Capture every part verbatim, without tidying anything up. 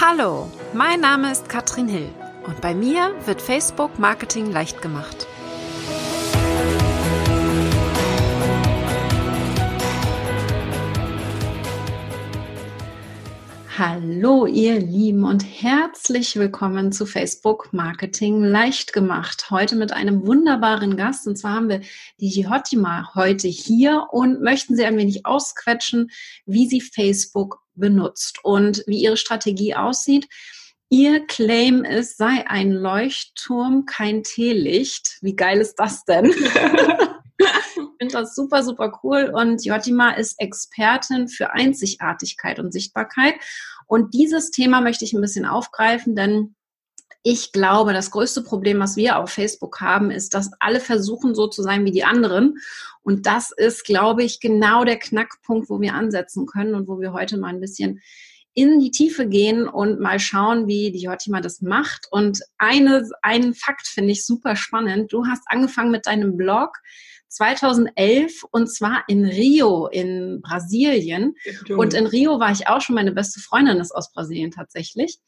Hallo, mein Name ist Katrin Hill und bei mir wird Facebook Marketing leicht gemacht. Hallo ihr Lieben und herzlich willkommen zu Facebook Marketing leicht gemacht. Heute mit einem wunderbaren Gast, und zwar haben wir die Diotima heute hier und möchten sie ein wenig ausquetschen, wie sie Facebook benutzt und wie ihre Strategie aussieht. Ihr Claim ist, sei ein Leuchtturm, kein Teelicht. Wie geil ist das denn? Ich finde das super, super cool, und Diotima ist Expertin für Einzigartigkeit und Sichtbarkeit, und dieses Thema möchte ich ein bisschen aufgreifen, denn ich glaube, das größte Problem, was wir auf Facebook haben, ist, dass alle versuchen, so zu sein wie die anderen, und das ist, glaube ich, genau der Knackpunkt, wo wir ansetzen können und wo wir heute mal ein bisschen in die Tiefe gehen und mal schauen, wie die Diotima das macht. Und eine, einen Fakt finde ich super spannend. Du hast angefangen mit deinem Blog zweitausendelf, und zwar in Rio in Brasilien. Und in Rio war ich auch schon, meine beste Freundin ist aus Brasilien tatsächlich.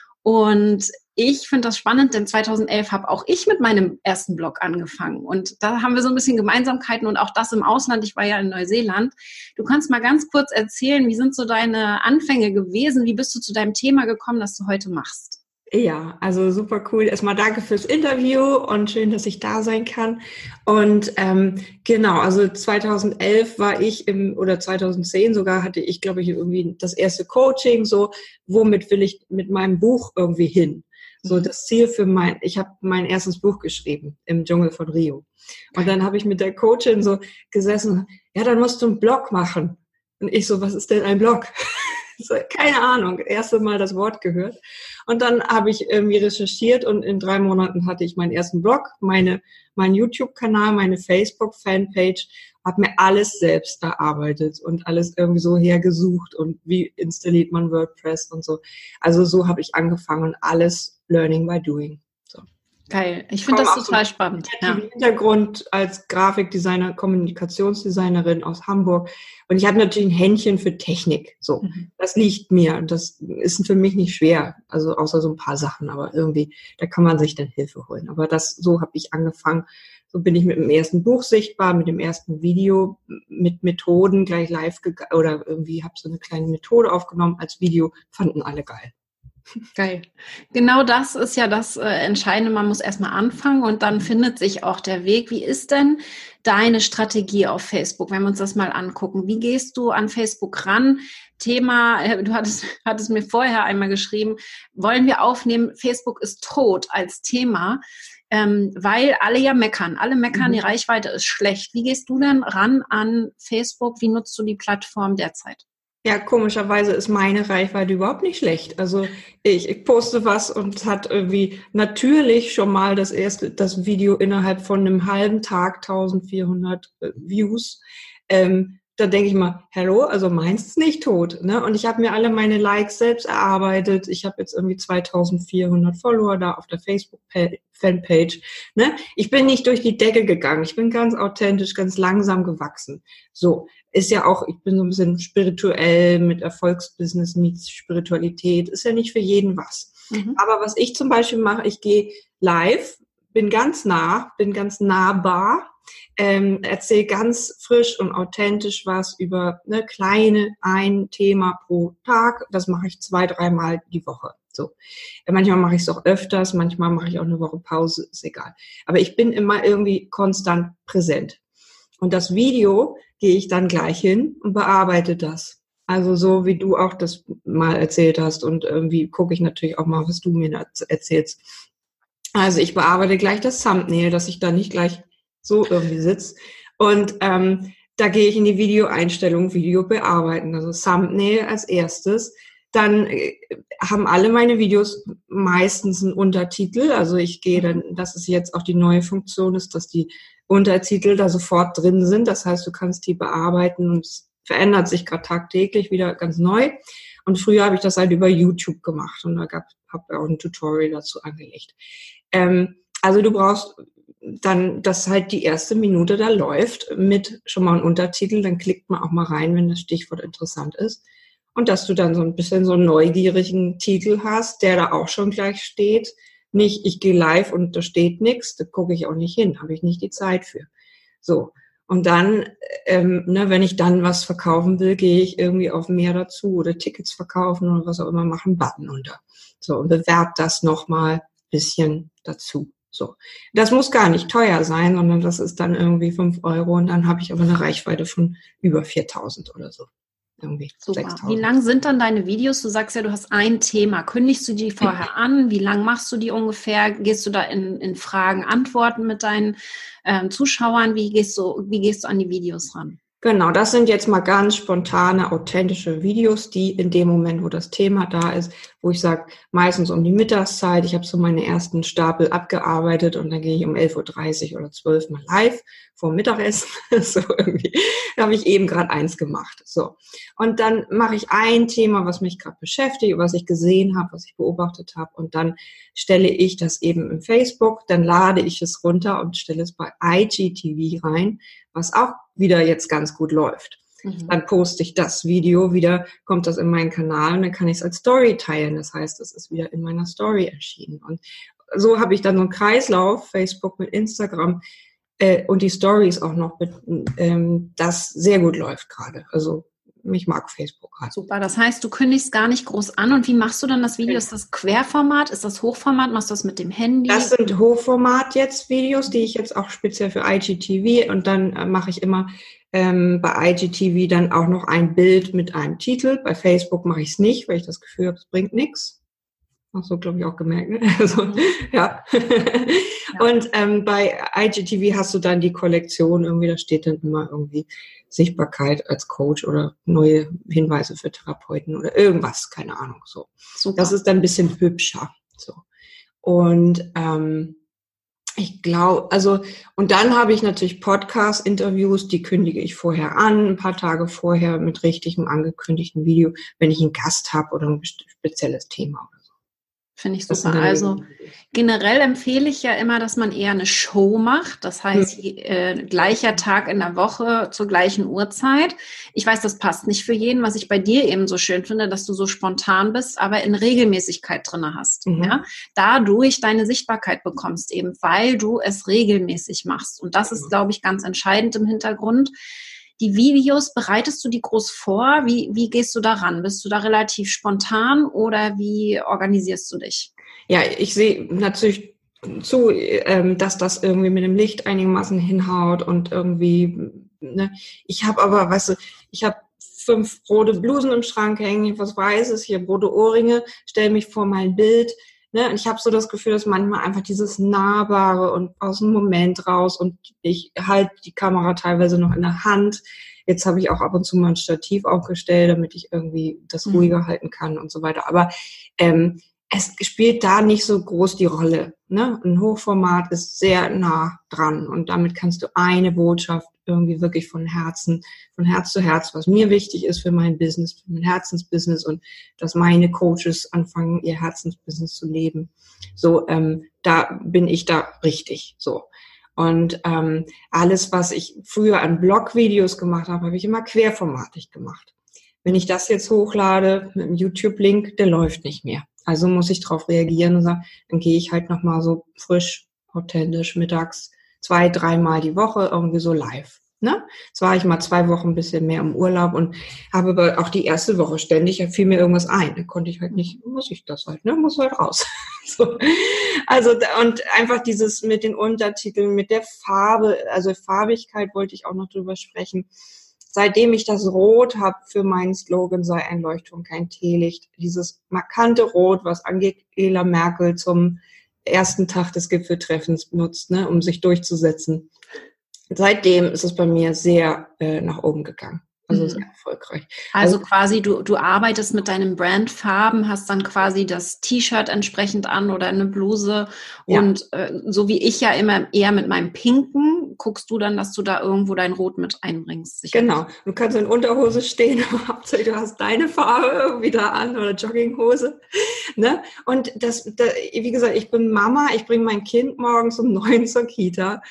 Und ich finde das spannend, denn zweitausendelf habe auch ich mit meinem ersten Blog angefangen. Und da haben wir so ein bisschen Gemeinsamkeiten und auch das im Ausland. Ich war ja in Neuseeland. Du kannst mal ganz kurz erzählen, wie sind so deine Anfänge gewesen? Wie bist du zu deinem Thema gekommen, das du heute machst? Ja, also super cool. Erstmal danke fürs Interview und schön, dass ich da sein kann. Und ähm, genau, also zweitausendelf war ich im, oder zweitausendzehn sogar, hatte ich, glaube ich, irgendwie das erste Coaching, so, womit will ich mit meinem Buch irgendwie hin? So das Ziel für mein, ich habe mein erstes Buch geschrieben, Im Dschungel von Rio. Und dann habe ich mit der Coachin so gesessen, ja, dann musst du einen Blog machen. Und ich so, was ist denn ein Blog? So, keine Ahnung, erste Mal das Wort gehört. Und dann habe ich irgendwie recherchiert und in drei Monaten hatte ich meinen ersten Blog, meine, meinen YouTube-Kanal, meine Facebook-Fanpage, habe mir alles selbst erarbeitet und alles irgendwie so hergesucht und wie installiert man WordPress und so. Also so habe ich angefangen und alles Learning by Doing. So. Geil, ich finde das total so spannend. Ich habe ja. Hintergrund als Grafikdesigner, Kommunikationsdesignerin aus Hamburg, und ich habe natürlich ein Händchen für Technik. So, mhm. Das liegt mir. Das ist für mich nicht schwer, also außer so ein paar Sachen, aber irgendwie da kann man sich dann Hilfe holen. Aber das so habe ich angefangen. So bin ich mit dem ersten Buch sichtbar, mit dem ersten Video, mit Methoden gleich live gegangen oder irgendwie habe so eine kleine Methode aufgenommen als Video. Fanden alle geil. Geil. Genau das ist ja das äh, Entscheidende. Man muss erstmal anfangen und dann findet sich auch der Weg. Wie ist denn deine Strategie auf Facebook, wenn wir uns das mal angucken? Wie gehst du an Facebook ran? Thema, äh, du hattest, hattest mir vorher einmal geschrieben, wollen wir aufnehmen, Facebook ist tot als Thema, ähm, weil alle ja meckern. Alle meckern, mhm. Die Reichweite ist schlecht. Wie gehst du denn ran an Facebook? Wie nutzt du die Plattform derzeit? Ja, komischerweise ist meine Reichweite überhaupt nicht schlecht. Also ich, ich poste was und hat irgendwie natürlich schon mal das erste, das Video innerhalb von einem halben Tag eintausendvierhundert äh, Views. Ähm, da denke ich mal, hallo, also meins ist nicht tot, ne? Und ich habe mir alle meine Likes selbst erarbeitet. Ich habe jetzt irgendwie zweitausendvierhundert Follower da auf der Facebook-Fanpage, ne? Ich bin nicht durch die Decke gegangen. Ich bin ganz authentisch, ganz langsam gewachsen. So, ist ja auch, ich bin so ein bisschen spirituell mit Erfolgsbusiness meets Spiritualität. Ist ja nicht für jeden was. Mhm. Aber was ich zum Beispiel mache, ich gehe live, bin ganz nah, bin ganz nahbar, Ähm, erzähle ganz frisch und authentisch was über eine kleine, ein Thema pro Tag. Das mache ich zwei, dreimal die Woche. So. Manchmal mache ich es auch öfters, manchmal mache ich auch eine Woche Pause, ist egal. Aber ich bin immer irgendwie konstant präsent. Und das Video gehe ich dann gleich hin und bearbeite das. Also so wie du auch das mal erzählt hast, und irgendwie gucke ich natürlich auch mal, was du mir erzählst. Also ich bearbeite gleich das Thumbnail, dass ich da nicht gleich so irgendwie sitzt. Und ähm, da gehe ich in die Videoeinstellung, Video bearbeiten, also Thumbnail als erstes. Dann äh, haben alle meine Videos meistens einen Untertitel. Also ich gehe dann, dass es jetzt auch die neue Funktion ist, dass die Untertitel da sofort drin sind. Das heißt, du kannst die bearbeiten und es verändert sich gerade tagtäglich wieder ganz neu. Und früher habe ich das halt über YouTube gemacht und da gab habe auch ein Tutorial dazu angelegt. Ähm, also du brauchst dann, dass halt die erste Minute da läuft mit schon mal einem Untertitel, dann klickt man auch mal rein, wenn das Stichwort interessant ist. und dass du dann so ein bisschen so einen neugierigen Titel hast, der da auch schon gleich steht. Nicht, ich gehe live und da steht nichts, da gucke ich auch nicht hin, habe ich nicht die Zeit für. So. Und dann, ähm, ne, wenn ich dann was verkaufen will, gehe ich irgendwie auf mehr dazu oder Tickets verkaufen oder was auch immer, mache einen Button unter. So, und bewerb das nochmal ein bisschen dazu. So. Das muss gar nicht teuer sein, sondern das ist dann irgendwie fünf Euro und dann habe ich aber eine Reichweite von über viertausend oder so. Irgendwie Super. sechstausend. Wie lang sind dann deine Videos? Du sagst ja, du hast ein Thema. Kündigst du die vorher an? Wie lang machst du die ungefähr? Gehst du da in, in Fragen, Antworten mit deinen ähm, Zuschauern? Wie gehst du, wie gehst du an die Videos ran? Genau, das sind jetzt mal ganz spontane, authentische Videos, die in dem Moment, wo das Thema da ist, wo ich sage, meistens um die Mittagszeit, ich habe so meine ersten Stapel abgearbeitet und dann gehe ich um elf Uhr dreißig oder zwölf mal live vor Mittagessen. So irgendwie, da habe ich eben gerade eins gemacht. So. Und dann mache ich ein Thema, was mich gerade beschäftigt, was ich gesehen habe, was ich beobachtet habe und dann stelle ich das eben im Facebook, dann lade ich es runter und stelle es bei I G T V rein, was auch wieder jetzt ganz gut läuft. Mhm. Dann poste ich das Video wieder, kommt das in meinen Kanal und dann kann ich es als Story teilen. Das heißt, es ist wieder in meiner Story erschienen. Und so habe ich dann so einen Kreislauf, Facebook mit Instagram äh, und die Stories auch noch, mit, ähm, das sehr gut läuft gerade. Also ich mag Facebook halt. Super, das heißt, du kündigst gar nicht groß an. Und wie machst du dann das Video? Ist das Querformat? Ist das Hochformat? Machst du das mit dem Handy? Das sind Hochformat jetzt Videos, die ich jetzt auch speziell für I G T V und dann äh, mache ich immer ähm, bei I G T V dann auch noch ein Bild mit einem Titel. Bei Facebook mache ich es nicht, weil ich das Gefühl habe, es bringt nichts. Hast du, glaube ich, auch gemerkt, ne? Also, mhm. ja. ja. Und ähm, bei I G T V hast du dann die Kollektion irgendwie, da steht dann immer irgendwie Sichtbarkeit als Coach oder neue Hinweise für Therapeuten oder irgendwas, keine Ahnung, so. Super. Das ist dann ein bisschen hübscher, so. Und ähm, ich glaube, also, und dann habe ich natürlich Podcast-Interviews, die kündige ich vorher an, ein paar Tage vorher mit richtigem angekündigten Video, wenn ich einen Gast habe oder ein spezielles Thema oder so. Finde ich super. Also generell empfehle ich ja immer, dass man eher eine Show macht. Das heißt, hm. äh, gleicher Tag in der Woche zur gleichen Uhrzeit. Ich weiß, das passt nicht für jeden, was ich bei dir eben so schön finde, dass du so spontan bist, aber in Regelmäßigkeit drin hast. Mhm. Ja? Dadurch deine Sichtbarkeit bekommst eben, weil du es regelmäßig machst. Und das ist, glaube ich, ganz entscheidend im Hintergrund. Die Videos, bereitest du die groß vor? Wie, wie gehst du daran? Bist du da relativ spontan oder wie organisierst du dich? Ja, ich sehe natürlich zu, ähm, dass das irgendwie mit dem Licht einigermaßen hinhaut und irgendwie, ne, ich habe aber, weißt du, ich habe fünf rote Blusen im Schrank hängen, was Weißes, hier rote Ohrringe, stelle mich vor mein Bild. Ne, und ich habe so das Gefühl, dass manchmal einfach dieses Nahbare und aus dem Moment raus und ich halte die Kamera teilweise noch in der Hand. Jetzt habe ich auch ab und zu mal ein Stativ aufgestellt, damit ich irgendwie das ruhiger mhm. halten kann und so weiter. Aber ähm, es spielt da nicht so groß die Rolle. Ne? Ein Hochformat ist sehr nah dran und damit kannst du eine Botschaft irgendwie wirklich von Herzen, von Herz zu Herz, was mir wichtig ist für mein Business, für mein Herzensbusiness und dass meine Coaches anfangen, ihr Herzensbusiness zu leben. So, ähm, da bin ich da richtig. So. Und ähm, alles, was ich früher an Blogvideos gemacht habe, habe ich immer querformatig gemacht. Wenn ich das jetzt hochlade mit einem YouTube-Link, der läuft nicht mehr. Also muss ich darauf reagieren und sagen, dann gehe ich halt nochmal so frisch, authentisch, mittags zwei, dreimal die Woche irgendwie so live. Ne? Jetzt war ich mal zwei Wochen ein bisschen mehr im Urlaub und habe aber auch die erste Woche ständig, da fiel mir irgendwas ein. Da konnte ich halt nicht, muss ich das halt, ne? Muss halt raus. So. Also, und einfach dieses mit den Untertiteln, mit der Farbe, also Farbigkeit wollte ich auch noch drüber sprechen. Seitdem ich das Rot habe für meinen Slogan, sei ein Leuchtturm, kein Teelicht, dieses markante Rot, was Angela Merkel zum ersten Tag des Gipfeltreffens benutzt, ne, um sich durchzusetzen. Seitdem ist es bei mir sehr äh, nach oben gegangen. Also mhm. sehr erfolgreich. Also, also quasi, du, du arbeitest mit deinen Brandfarben, hast dann quasi das T-Shirt entsprechend an oder eine Bluse. Ja. Und äh, so wie ich ja immer eher mit meinem Pinken, guckst du dann, dass du da irgendwo dein Rot mit einbringst. Sicherlich. Genau. Du kannst in Unterhose stehen, aber Hauptsache du hast deine Farbe irgendwie da an oder Jogginghose. Ne? Und das, das, wie gesagt, ich bin Mama, ich bringe mein Kind morgens um neun zur Kita.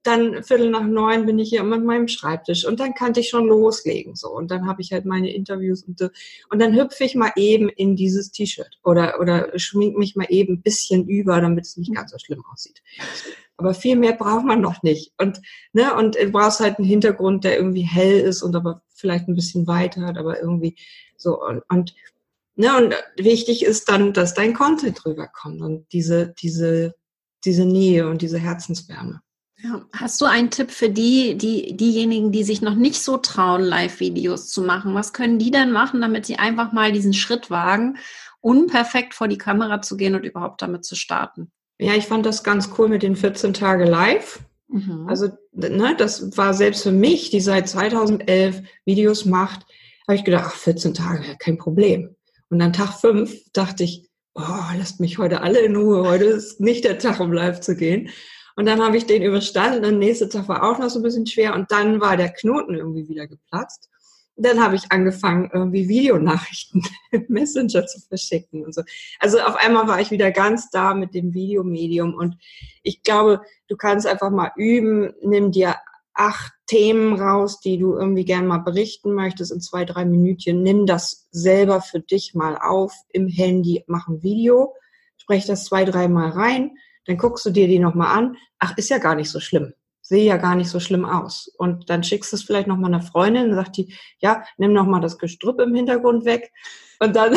dann Viertel nach neun bin ich hier immer an meinem Schreibtisch und dann kann ich schon loslegen, so. Und dann habe ich halt meine Interviews und so. Und dann hüpfe ich mal eben in dieses T-Shirt oder, oder schmink mich mal eben ein bisschen über, damit es nicht ganz so schlimm aussieht. Aber viel mehr braucht man noch nicht. Und, ne, und du brauchst halt einen Hintergrund, der irgendwie hell ist und aber vielleicht ein bisschen weiter hat, aber irgendwie so. Und, und, ne, und wichtig ist dann, dass dein Content rüberkommt und diese, diese, diese Nähe und diese Herzenswärme. Ja. Hast du einen Tipp für die, die, diejenigen, die sich noch nicht so trauen, Live-Videos zu machen? Was können die denn machen, damit sie einfach mal diesen Schritt wagen, unperfekt vor die Kamera zu gehen und überhaupt damit zu starten? Ja, ich fand das ganz cool mit den vierzehn Tage live. Mhm. Also, ne, das war selbst für mich, die seit zweitausendelf Videos macht, habe ich gedacht, ach, vierzehn Tage, kein Problem. Und an Tag fünf dachte ich, oh, lasst mich heute alle in Ruhe, heute ist nicht der Tag, um live zu gehen. Und dann habe ich den überstanden, der nächste Tag war auch noch so ein bisschen schwer und dann war der Knoten irgendwie wieder geplatzt. Und dann habe ich angefangen, irgendwie Videonachrichten im Messenger zu verschicken und so. Also auf einmal war ich wieder ganz da mit dem Videomedium und ich glaube, du kannst einfach mal üben, nimm dir acht Themen raus, die du irgendwie gern mal berichten möchtest in zwei, drei Minütchen. Nimm das selber für dich mal auf im Handy, mach ein Video, sprech das zwei, dreimal rein, dann guckst du dir die nochmal an. Ach, ist ja gar nicht so schlimm. Sehe ja gar nicht so schlimm aus. Und dann schickst du es vielleicht nochmal einer Freundin und sagt die, ja, nimm nochmal das Gestrüpp im Hintergrund weg. Und dann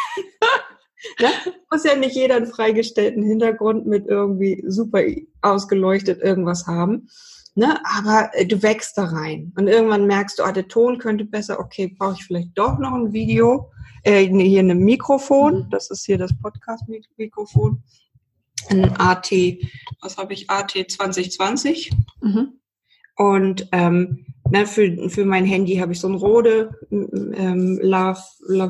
ja, muss ja nicht jeder einen freigestellten Hintergrund mit irgendwie super ausgeleuchtet irgendwas haben. Ne? Aber äh, du wächst da rein. Und irgendwann merkst du, ah, der Ton könnte besser, okay, brauche ich vielleicht doch noch ein Video. Äh, hier ein Mikrofon, das ist hier das Podcast-Mikrofon. Ein A T, was habe ich, A T zwanzig zwanzig. Mhm. Und ähm, ne, für, für mein Handy habe ich so ein Rode ähm, Lav,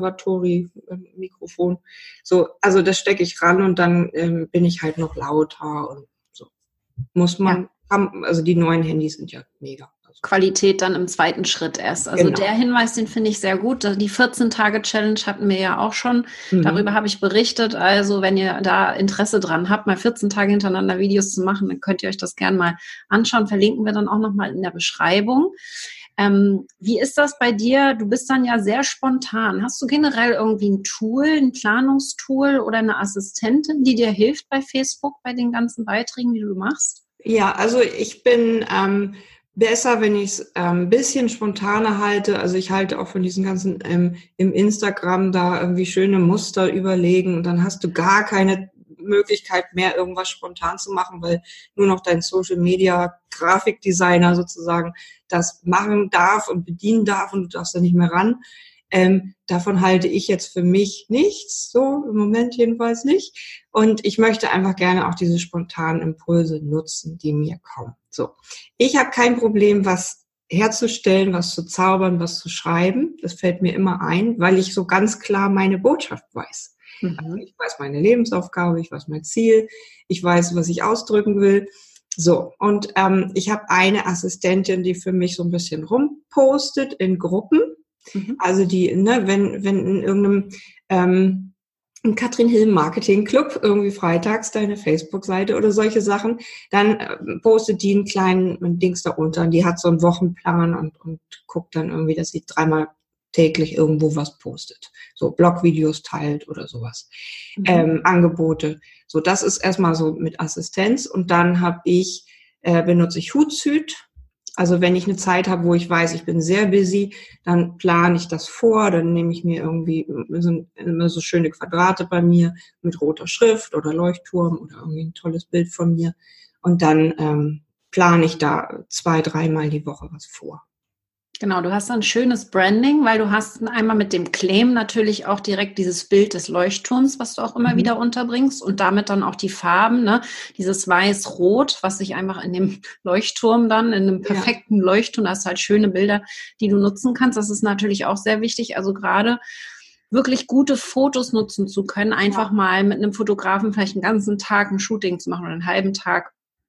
Lavatory-Mikrofon. So, also das stecke ich ran und dann ähm, bin ich halt noch lauter und so. Muss man, ja. haben, also die neuen Handys sind ja mega. Qualität dann im zweiten Schritt erst. Also genau. Der Hinweis, den finde ich sehr gut. Die vierzehn-Tage-Challenge hatten wir ja auch schon. Mhm. Darüber habe ich berichtet. Also wenn ihr da Interesse dran habt, mal vierzehn Tage hintereinander Videos zu machen, dann könnt ihr euch das gerne mal anschauen. Verlinken wir dann auch nochmal in der Beschreibung. Ähm, wie ist das bei dir? Du bist dann ja sehr spontan. Hast du generell irgendwie ein Tool, ein Planungstool oder eine Assistentin, die dir hilft bei Facebook, bei den ganzen Beiträgen, die du machst? Ja, also ich bin... Ähm besser, wenn ich es ein ähm, bisschen spontaner halte. Also ich halte auch von diesen ganzen ähm, im Instagram da irgendwie schöne Muster überlegen und dann hast du gar keine Möglichkeit mehr, irgendwas spontan zu machen, weil nur noch dein Social Media Grafikdesigner sozusagen das machen darf und bedienen darf und du darfst da nicht mehr ran. Ähm, davon halte ich jetzt für mich nichts, so im Moment jedenfalls nicht. Und ich möchte einfach gerne auch diese spontanen Impulse nutzen, die mir kommen. So, ich habe kein Problem, was herzustellen, was zu zaubern, was zu schreiben. Das fällt mir immer ein, weil ich so ganz klar meine Botschaft weiß. Mhm. Also ich weiß meine Lebensaufgabe, ich weiß mein Ziel, ich weiß, was ich ausdrücken will. So, und ähm, ich habe eine Assistentin, die für mich so ein bisschen rumpostet in Gruppen. Mhm. Also die, ne, wenn, wenn in irgendeinem ähm, im Katrin Hill Marketing Club irgendwie freitags deine Facebook-Seite oder solche Sachen, dann äh, postet die einen kleinen Dings darunter und die hat so einen Wochenplan und, und guckt dann irgendwie, dass sie dreimal täglich irgendwo was postet. So Blogvideos teilt oder sowas. Mhm. Ähm, Angebote. So, das ist erstmal so mit Assistenz und dann habe ich, äh, benutze ich Hootsuite. Also wenn ich eine Zeit habe, wo ich weiß, ich bin sehr busy, dann plane ich das vor, dann nehme ich mir irgendwie so, immer so schöne Quadrate bei mir mit roter Schrift oder Leuchtturm oder irgendwie ein tolles Bild von mir und dann ähm, plane ich da zwei, dreimal die Woche was vor. Genau, du hast ein schönes Branding, weil du hast einmal mit dem Claim natürlich auch direkt dieses Bild des Leuchtturms, was du auch immer mhm. wieder unterbringst und damit dann auch die Farben, ne, dieses Weiß-Rot, was sich einfach in dem Leuchtturm dann, in einem perfekten ja. Leuchtturm, da hast du halt schöne Bilder, die du nutzen kannst. Das ist natürlich auch sehr wichtig, also gerade wirklich gute Fotos nutzen zu können, einfach ja. mal mit einem Fotografen vielleicht einen ganzen Tag ein Shooting zu machen oder einen halben Tag,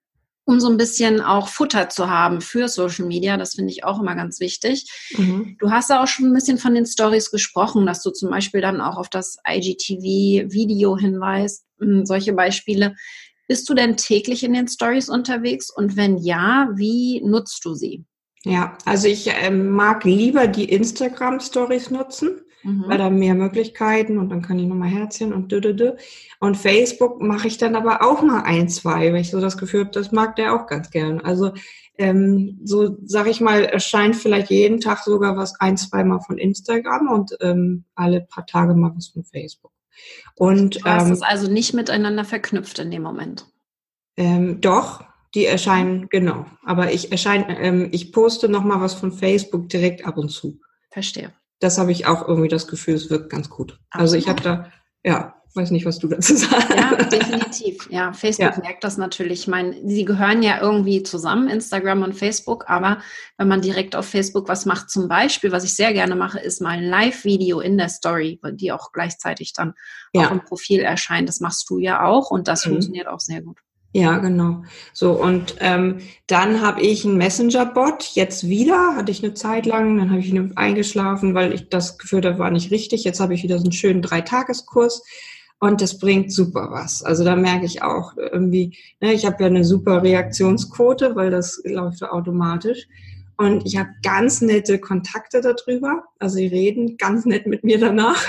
um so ein bisschen auch Futter zu haben für Social Media. Das finde ich auch immer ganz wichtig. Mhm. Du hast ja auch schon ein bisschen von den Stories gesprochen, dass du zum Beispiel dann auch auf das I G T V-Video hinweist, solche Beispiele. Bist du denn täglich in den Stories unterwegs? Und wenn ja, wie nutzt du sie? Ja, also ich ähm, mag lieber die Instagram-Stories nutzen, mhm. weil da mehr Möglichkeiten und dann kann ich nochmal Herzchen und dödödö. Und Facebook mache ich dann aber auch mal ein, zwei, weil ich so das Gefühl habe, das mag der auch ganz gern. Also ähm, so, sag ich mal, erscheint vielleicht jeden Tag sogar was ein, zweimal von Instagram und ähm, alle paar Tage mal was von Facebook. Und du hast ähm, es also nicht miteinander verknüpft in dem Moment? Ähm, doch, die erscheinen, genau. Aber ich erscheine, ähm, ich poste nochmal was von Facebook direkt ab und zu. Verstehe. Das habe ich auch irgendwie das Gefühl, es wirkt ganz gut. Absolut. Also ich habe da, ja, weiß nicht, was du dazu sagst. Ja, definitiv. Ja, Facebook ja. merkt das natürlich. Ich meine, sie gehören ja irgendwie zusammen, Instagram und Facebook, aber wenn man direkt auf Facebook was macht, zum Beispiel, was ich sehr gerne mache, ist mal ein Live-Video in der Story, die auch gleichzeitig dann ja. auch im Profil erscheint. Das machst du ja auch und das mhm. funktioniert auch sehr gut. Ja, genau. So, und ähm, dann habe ich einen Messenger-Bot, jetzt wieder, hatte ich eine Zeit lang, dann habe ich ihn eingeschlafen, weil ich das Gefühl habe, war nicht richtig. Jetzt habe ich wieder so einen schönen Dreitageskurs und das bringt super was. Also da merke ich auch irgendwie, ne, ich habe ja eine super Reaktionsquote, weil das läuft ja automatisch. Und ich habe ganz nette Kontakte darüber. Also die reden ganz nett mit mir danach.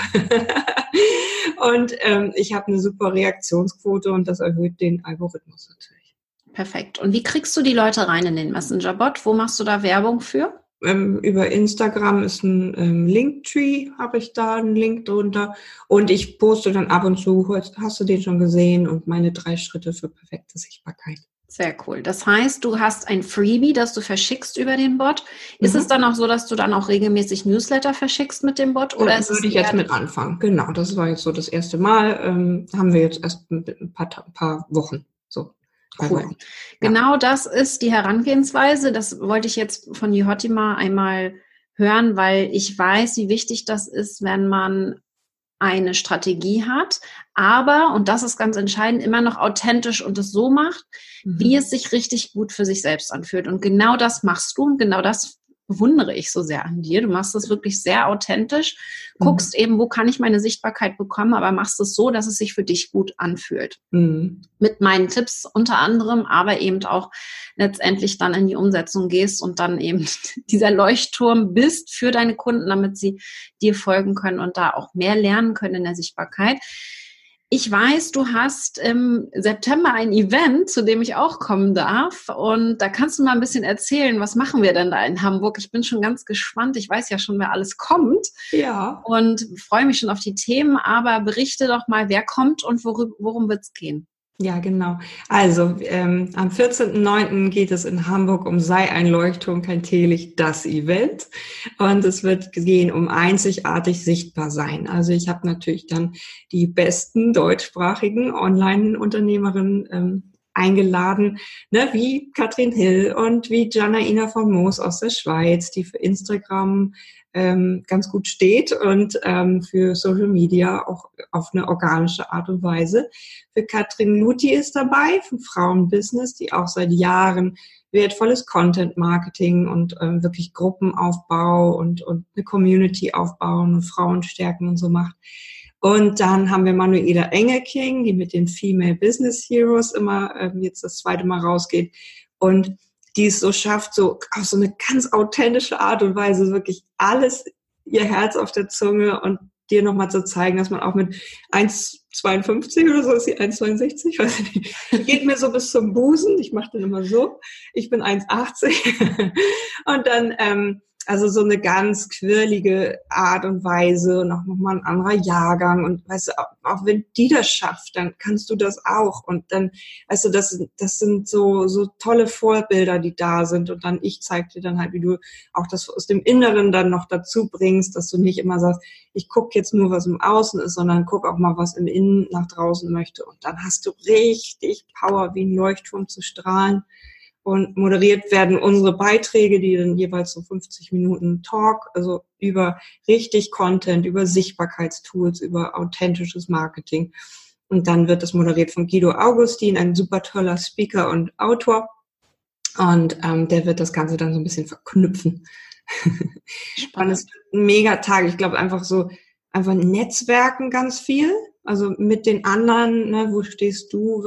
Und ähm, ich habe eine super Reaktionsquote und das erhöht den Algorithmus natürlich. Perfekt. Und wie kriegst du die Leute rein in den Messenger-Bot? Wo machst du da Werbung für? Ähm, über Instagram ist ein ähm, Linktree, habe ich da einen Link drunter. Und ich poste dann ab und zu, hast du den schon gesehen? Und meine drei Schritte für perfekte Sichtbarkeit. Sehr cool. Das heißt, du hast ein Freebie, das du verschickst über den Bot. Ist mhm. es dann auch so, dass du dann auch regelmäßig Newsletter verschickst mit dem Bot? Oder ja, ist würde es ich jetzt mit anfangen. Genau, das war jetzt so das erste Mal. Ähm, haben wir jetzt erst ein paar, ein paar Wochen. So. Cool. Ja. Genau das ist die Herangehensweise. Das wollte ich jetzt von Yehotima einmal hören, weil ich weiß, wie wichtig das ist, wenn man eine Strategie hat, aber, und das ist ganz entscheidend, immer noch authentisch und es so macht, mhm. wie es sich richtig gut für sich selbst anfühlt. Und genau das machst du und genau das bewundere ich so sehr an dir. Du machst das wirklich sehr authentisch, guckst mhm. eben, wo kann ich meine Sichtbarkeit bekommen, aber machst es so, dass es sich für dich gut anfühlt. Mhm. Mit meinen Tipps unter anderem, aber eben auch letztendlich dann in die Umsetzung gehst und dann eben dieser Leuchtturm bist für deine Kunden, damit sie dir folgen können und da auch mehr lernen können in der Sichtbarkeit. Ich weiß, du hast im September ein Event, zu dem ich auch kommen darf. Und da kannst du mal ein bisschen erzählen, was machen wir denn da in Hamburg? Ich bin schon ganz gespannt. Ich weiß ja schon, wer alles kommt. Ja. Und freue mich schon auf die Themen. Aber berichte doch mal, wer kommt und worum, worum wird es gehen? Ja, genau. Also ähm, am vierzehnten neunten geht es in Hamburg um Sei ein Leuchtturm, kein Teelicht, das Event. Und es wird gehen um einzigartig sichtbar sein. Also ich habe natürlich dann die besten deutschsprachigen Online-Unternehmerinnen ähm, eingeladen, ne, wie Katrin Hill und wie Janaina von Moos aus der Schweiz, die für Instagram ähm, ganz gut steht und ähm, für Social Media auch auf eine organische Art und Weise. Für Katrin Luthi ist dabei, von Frauenbusiness, die auch seit Jahren wertvolles Content-Marketing und ähm, wirklich Gruppenaufbau und, und eine Community aufbauen und Frauen stärken und so macht. Und dann haben wir Manuela Engelking, die mit den Female Business Heroes immer ähm, jetzt das zweite Mal rausgeht und die es so schafft, so auf so eine ganz authentische Art und Weise wirklich alles, ihr Herz auf der Zunge und dir nochmal zu zeigen, dass man auch mit eins Komma zweiundfünfzig oder so, ist sie eins Komma zweiundsechzig, weiß ich nicht, geht mir so bis zum Busen, ich mache den immer so, ich bin eins Komma achtzig und dann, ähm, also so eine ganz quirlige Art und Weise und auch nochmal ein anderer Jahrgang und weißt du, auch, auch wenn die das schafft, dann kannst du das auch und dann, weißt du, das, das sind so, so tolle Vorbilder, die da sind und dann ich zeig dir dann halt, wie du auch das aus dem Inneren dann noch dazu bringst, dass du nicht immer sagst, ich guck jetzt nur, was im Außen ist, sondern guck auch mal, was im Innen nach draußen möchte und dann hast du richtig Power, wie ein Leuchtturm zu strahlen. Und moderiert werden unsere Beiträge, die dann jeweils so fünfzig Minuten Talk, also über richtig Content, über Sichtbarkeitstools, über authentisches Marketing. Und dann wird das moderiert von Guido Augustin, ein super toller Speaker und Autor. Und ähm, der wird das Ganze dann so ein bisschen verknüpfen. Und es wird ein mega Tag. Ich glaube einfach so, einfach Netzwerken ganz viel. Also mit den anderen, ne, wo stehst du, was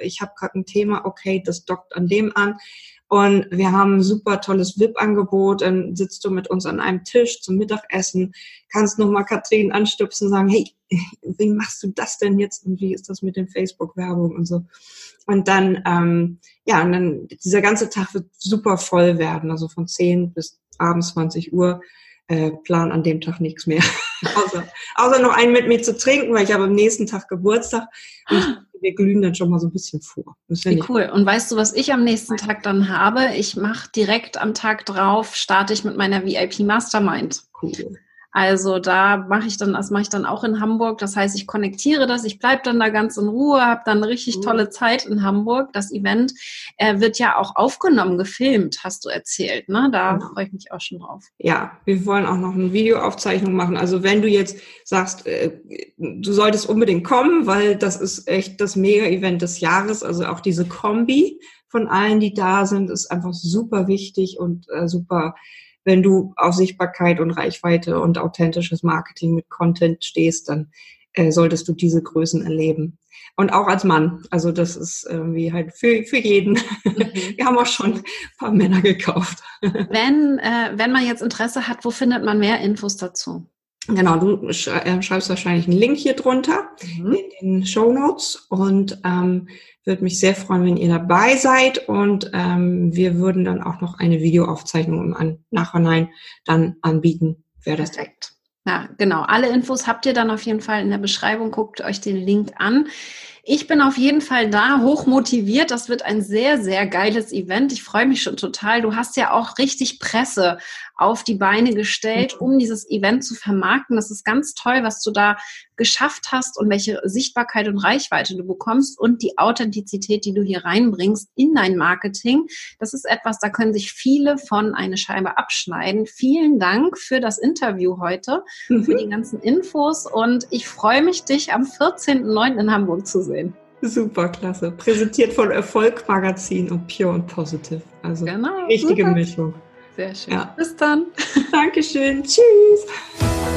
ich habe gerade ein Thema, okay, das dockt an dem an. Und wir haben ein super tolles V I P-Angebot. Dann sitzt du mit uns an einem Tisch zum Mittagessen, kannst nochmal Katrin anstupsen und sagen, hey, wie machst du das denn jetzt und wie ist das mit den Facebook-Werbung und so. Und dann, ähm, ja, und dann dieser ganze Tag wird super voll werden, also von zehn bis abends zwanzig Uhr. Äh, plan an dem Tag nichts mehr. außer, außer noch einen mit mir zu trinken, weil ich habe am nächsten Tag Geburtstag und wir glühen dann schon mal so ein bisschen vor. Ja Wie cool. Und weißt du, was ich am nächsten Tag dann habe? Ich mache direkt am Tag drauf, starte ich mit meiner V I P Mastermind. Cool. Also da mache ich dann, das mache ich dann auch in Hamburg. Das heißt, ich konnektiere das, ich bleibe dann da ganz in Ruhe, habe dann eine richtig tolle Zeit in Hamburg. Das Event äh, wird ja auch aufgenommen, gefilmt, hast du erzählt, ne? Da genau. freue ich mich auch schon drauf. Ja, wir wollen auch noch eine Videoaufzeichnung machen. Also wenn du jetzt sagst, äh, du solltest unbedingt kommen, weil das ist echt das Mega-Event des Jahres. Also auch diese Kombi von allen, die da sind, ist einfach super wichtig und äh, super. Wenn du auf Sichtbarkeit und Reichweite und authentisches Marketing mit Content stehst, dann äh, solltest du diese Größen erleben. Und auch als Mann. Also das ist irgendwie halt für, für jeden. Mhm. Wir haben auch schon ein paar Männer gekauft. Wenn, äh, wenn man jetzt Interesse hat, wo findet man mehr Infos dazu? Genau, du schreibst wahrscheinlich einen Link hier drunter mhm. in den Shownotes und ähm, würde mich sehr freuen, wenn ihr dabei seid und ähm, wir würden dann auch noch eine Videoaufzeichnung im An- Nachhinein dann anbieten. Wäre das perfekt. Ja, genau. Alle Infos habt ihr dann auf jeden Fall in der Beschreibung. Guckt euch den Link an. Ich bin auf jeden Fall da, hoch motiviert. Das wird ein sehr, sehr geiles Event. Ich freue mich schon total. Du hast ja auch richtig Presse auf die Beine gestellt, um dieses Event zu vermarkten. Das ist ganz toll, was du da geschafft hast und welche Sichtbarkeit und Reichweite du bekommst und die Authentizität, die du hier reinbringst in dein Marketing. Das ist etwas, da können sich viele von eine Scheibe abschneiden. Vielen Dank für das Interview heute, mhm. für die ganzen Infos und ich freue mich, dich am vierzehnten neunten in Hamburg zu sehen. Super, klasse. Präsentiert von Erfolg Magazin und Pure und Positive. Also genau, richtige super. Mischung. Sehr schön. Ja. Bis dann. Dankeschön. Tschüss.